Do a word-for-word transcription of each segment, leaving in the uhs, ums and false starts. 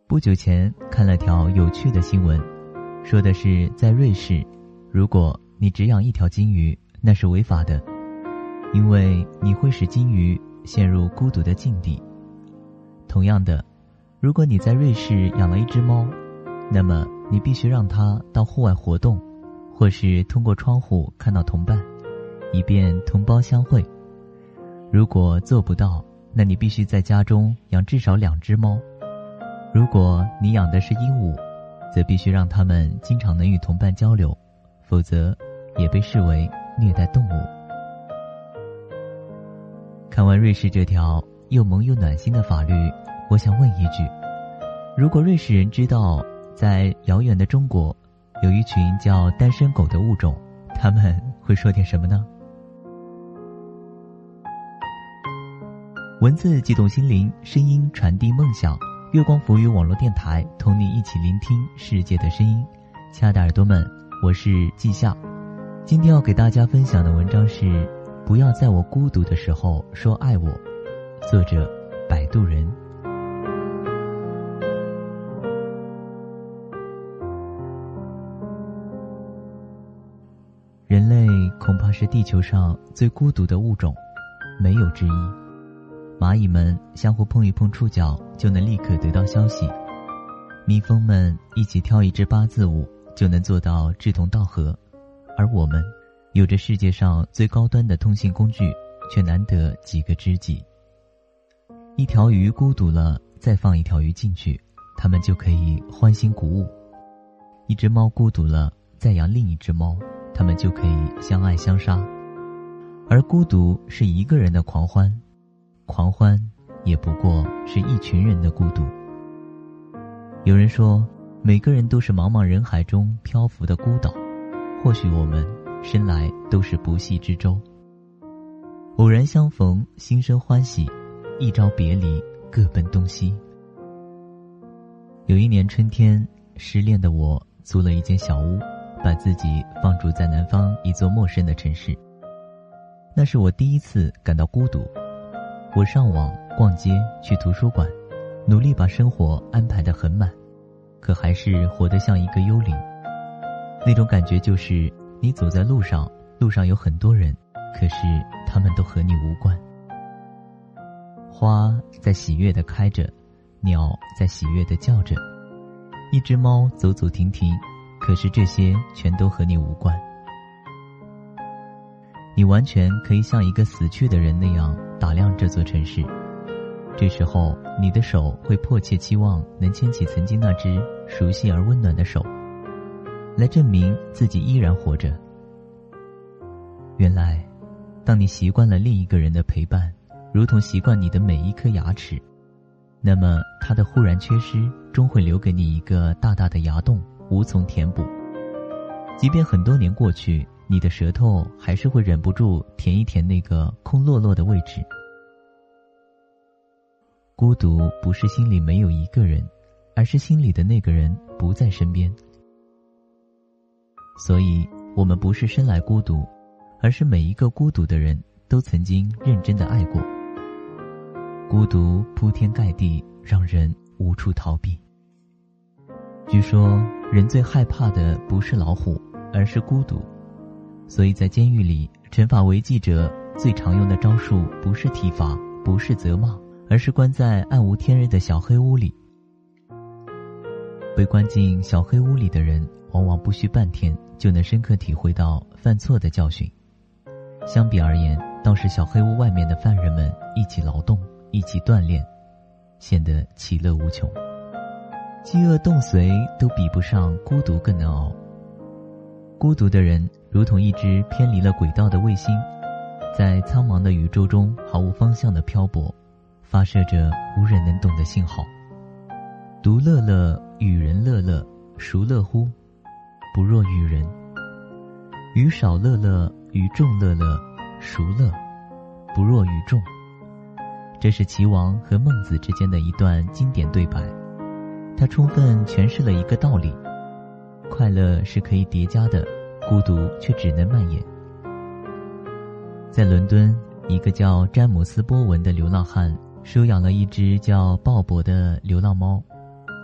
不久前看了条有趣的新闻，说的是在瑞士，如果你只养一条金鱼，那是违法的，因为你会使金鱼陷入孤独的境地。同样的，如果你在瑞士养了一只猫，那么你必须让它到户外活动，或是通过窗户看到同伴，以便同胞相会。如果做不到，那你必须在家中养至少两只猫。如果你养的是鹦鹉，则必须让它们经常能与同伴交流，否则也被视为虐待动物。看完瑞士这条又萌又暖心的法律，我想问一句，如果瑞士人知道在遥远的中国有一群叫单身狗的物种，他们会说点什么呢？文字激动心灵，声音传递梦想。月光浮语网络电台，同你一起聆听世界的声音。亲爱的耳朵们，我是季夏。今天要给大家分享的文章是不要在我孤独的时候说爱我，作者摆渡人。人类恐怕是地球上最孤独的物种，没有之一。蚂蚁们相互碰一碰触角就能立刻得到消息，蜜蜂们一起跳一支八字舞就能做到志同道合，而我们有着世界上最高端的通信工具，却难得几个知己。一条鱼孤独了，再放一条鱼进去，它们就可以欢欣鼓舞。一只猫孤独了，再养另一只猫，它们就可以相爱相杀。而孤独是一个人的狂欢，狂欢也不过是一群人的孤独。有人说，每个人都是茫茫人海中漂浮的孤岛，或许我们生来都是不系之舟。偶然相逢，心生欢喜，一朝别离，各奔东西。有一年春天，失恋的我租了一间小屋，把自己放逐在南方一座陌生的城市。那是我第一次感到孤独。我上网、逛街、去图书馆，努力把生活安排得很满，可还是活得像一个幽灵。那种感觉就是你走在路上，路上有很多人，可是他们都和你无关。花在喜悦地开着，鸟在喜悦地叫着，一只猫走走停停，可是这些全都和你无关。你完全可以像一个死去的人那样打量这座城市，这时候你的手会迫切期望能牵起曾经那只熟悉而温暖的手，来证明自己依然活着。原来，当你习惯了另一个人的陪伴，如同习惯你的每一颗牙齿，那么它的忽然缺失终会留给你一个大大的牙洞，无从填补。即便很多年过去，你的舌头还是会忍不住舔一舔那个空落落的位置。孤独不是心里没有一个人，而是心里的那个人不在身边。所以我们不是生来孤独，而是每一个孤独的人都曾经认真地爱过。孤独铺天盖地，让人无处逃避。据说人最害怕的不是老虎，而是孤独。所以在监狱里，惩罚违纪者最常用的招数不是体罚，不是责骂，而是关在暗无天日的小黑屋里。被关进小黑屋里的人，往往不需半天就能深刻体会到犯错的教训。相比而言，倒是小黑屋外面的犯人们一起劳动，一起锻炼，显得其乐无穷。饥饿冻髓都比不上孤独更难熬。孤独的人如同一只偏离了轨道的卫星，在苍茫的宇宙中毫无方向的漂泊，发射着无人能懂的信号。独乐乐，与人乐乐，孰乐乎？不若与人。与少乐乐，与众乐乐，孰乐？不若与众。这是齐王和孟子之间的一段经典对白，它充分诠释了一个道理：快乐是可以叠加的，孤独却只能蔓延。在伦敦，一个叫詹姆斯·波文的流浪汉收养了一只叫鲍勃的流浪猫。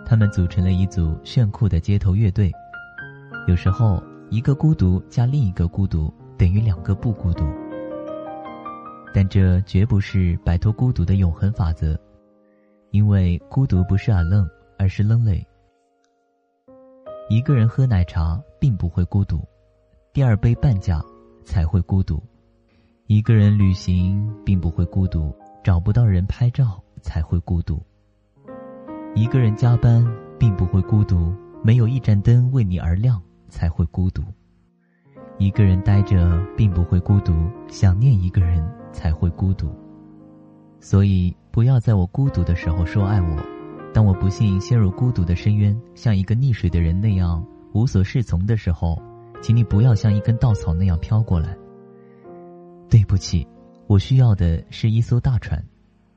他们组成了一组炫酷的街头乐队。有时候，一个孤独加另一个孤独等于两个不孤独。但这绝不是摆脱孤独的永恒法则，因为孤独不是耳愣，而是愣累。一个人喝奶茶并不会孤独，第二杯半价才会孤独。一个人旅行并不会孤独，找不到人拍照才会孤独。一个人加班并不会孤独，没有一盏灯为你而亮才会孤独。一个人呆着并不会孤独，想念一个人才会孤独。所以不要在我孤独的时候说爱我，当我不幸陷入孤独的深渊，像一个溺水的人那样无所适从的时候，请你不要像一根稻草那样飘过来。对不起，我需要的是一艘大船。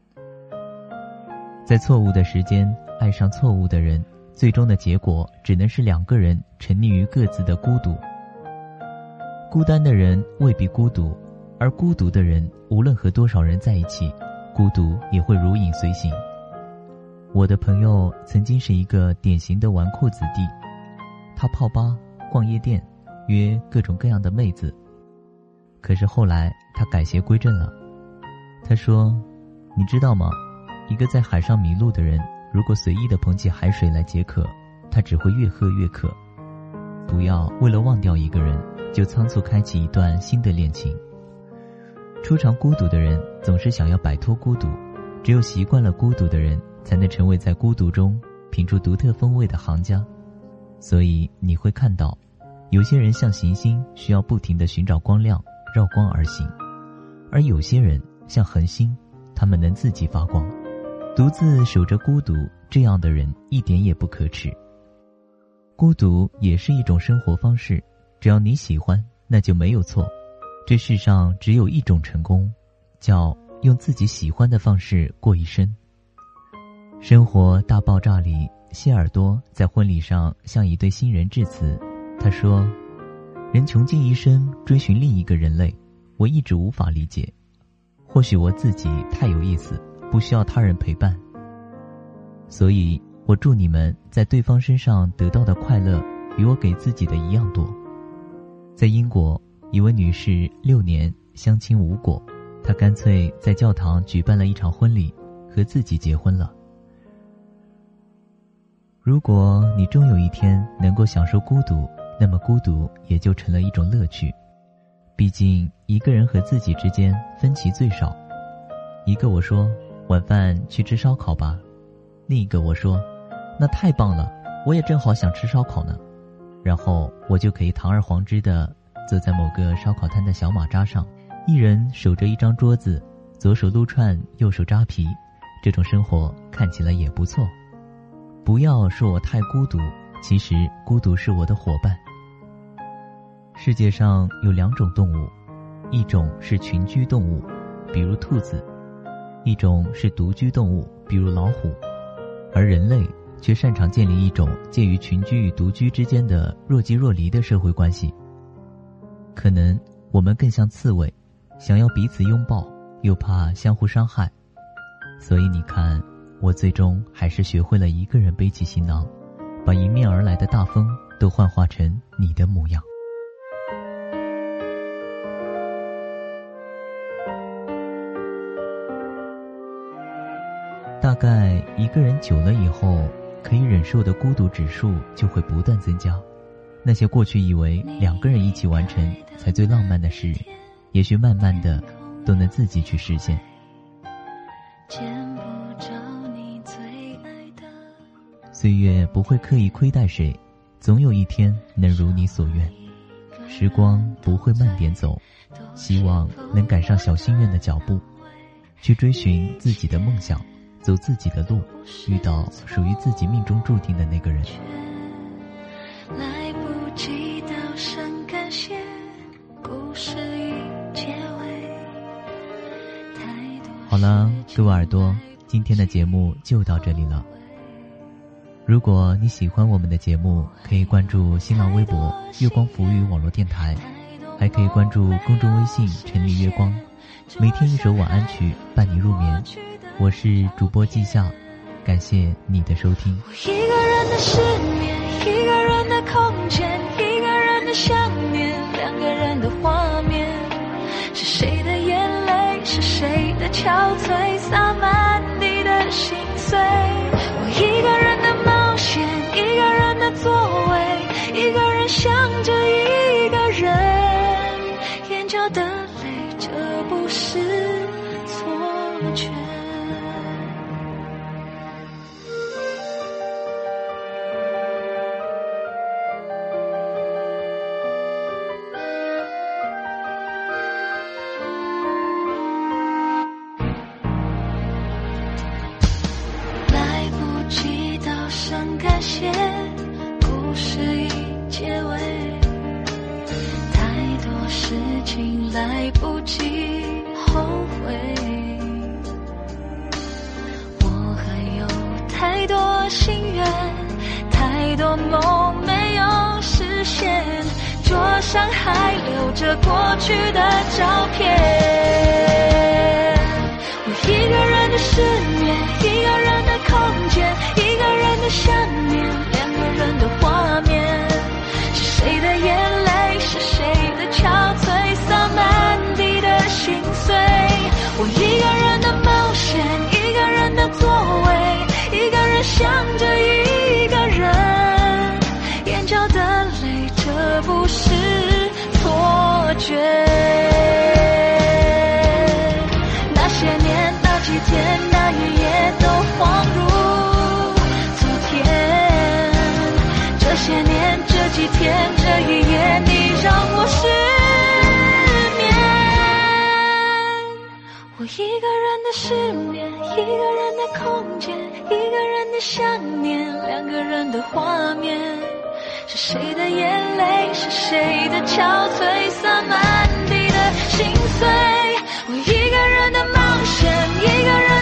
在错误的时间爱上错误的人，最终的结果只能是两个人沉溺于各自的孤独。孤单的人未必孤独，而孤独的人无论和多少人在一起，孤独也会如影随形。我的朋友曾经是一个典型的纨绔子弟，他泡吧、逛夜店，约各种各样的妹子。可是后来他改邪归正了。他说，你知道吗，一个在海上迷路的人，如果随意地捧起海水来解渴，他只会越喝越渴。不要为了忘掉一个人，就仓促开启一段新的恋情。初尝孤独的人总是想要摆脱孤独，只有习惯了孤独的人，才能成为在孤独中品出独特风味的行家。所以你会看到，有些人像行星，需要不停地寻找光亮，绕光而行；而有些人像恒星，他们能自己发光。独自守着孤独，这样的人一点也不可耻。孤独也是一种生活方式，只要你喜欢，那就没有错。这世上只有一种成功，叫用自己喜欢的方式过一生。生活大爆炸里，谢耳朵在婚礼上向一对新人致辞。他说，人穷尽一生追寻另一个人类，我一直无法理解。或许我自己太有意思，不需要他人陪伴。所以我祝你们在对方身上得到的快乐与我给自己的一样多。在英国，一位女士六年相亲无果，她干脆在教堂举办了一场婚礼，和自己结婚了。如果你终有一天能够享受孤独，那么孤独也就成了一种乐趣。毕竟一个人和自己之间分歧最少。一个我说，晚饭去吃烧烤吧。另一个我说，那太棒了，我也正好想吃烧烤呢。然后我就可以堂而皇之地坐在某个烧烤摊的小马扎上，一人守着一张桌子，左手撸串，右手扎皮。这种生活看起来也不错。不要说我太孤独，其实孤独是我的伙伴。世界上有两种动物，一种是群居动物，比如兔子；一种是独居动物，比如老虎。而人类却擅长建立一种介于群居与独居之间的若即若离的社会关系。可能我们更像刺猬，想要彼此拥抱，又怕相互伤害。所以你看，我最终还是学会了一个人背起行囊，把迎面而来的大风都幻化成你的模样。大概一个人久了以后，可以忍受的孤独指数就会不断增加。那些过去以为两个人一起完成才最浪漫的事，也许慢慢的都能自己去实现。岁月不会刻意亏待谁，总有一天能如你所愿。时光不会慢点走，希望能赶上小心愿的脚步，去追寻自己的梦想，走自己的路，遇到属于自己命中注定的那个人。 来不及道声感谢，故事已结尾。 好了，各位耳朵，今天的节目就到这里了。如果你喜欢我们的节目，可以关注新浪微博月光浮语网络电台，还可以关注公众微信陈立月光，每天一首晚安曲伴你入眠。我是主播季夏， 感谢你的收听。 我一个人的失眠，一个人的空间，一个人的想念，两个人的画面，是谁的眼泪，是谁的憔悴，洒满地的心碎。我一个人的冒险，一个人的座位，一个人想着一个人，眼角的泪，这不是错觉。感谢故事已结尾，太多事情来不及后悔，我还有太多心愿，太多梦没有实现，桌上还留着过去的照片。我一个人的失眠，一个人的空间，一个人的想念，两个人的画面，是谁的眼泪，是谁的憔悴，洒满地的心碎。我一个人的冒险，一个人的座位，一个人想着一个人，眼角的泪，这不是错觉。那些年，那几天，那一夜都恍如昨天。这些年，这几天，这一夜，你让我失眠。我一个人的失眠，一个人的空间，一个人的想念，两个人的画面，是谁的眼泪，是谁的憔悴，洒满地的心碎。我一个人的冒险，一个人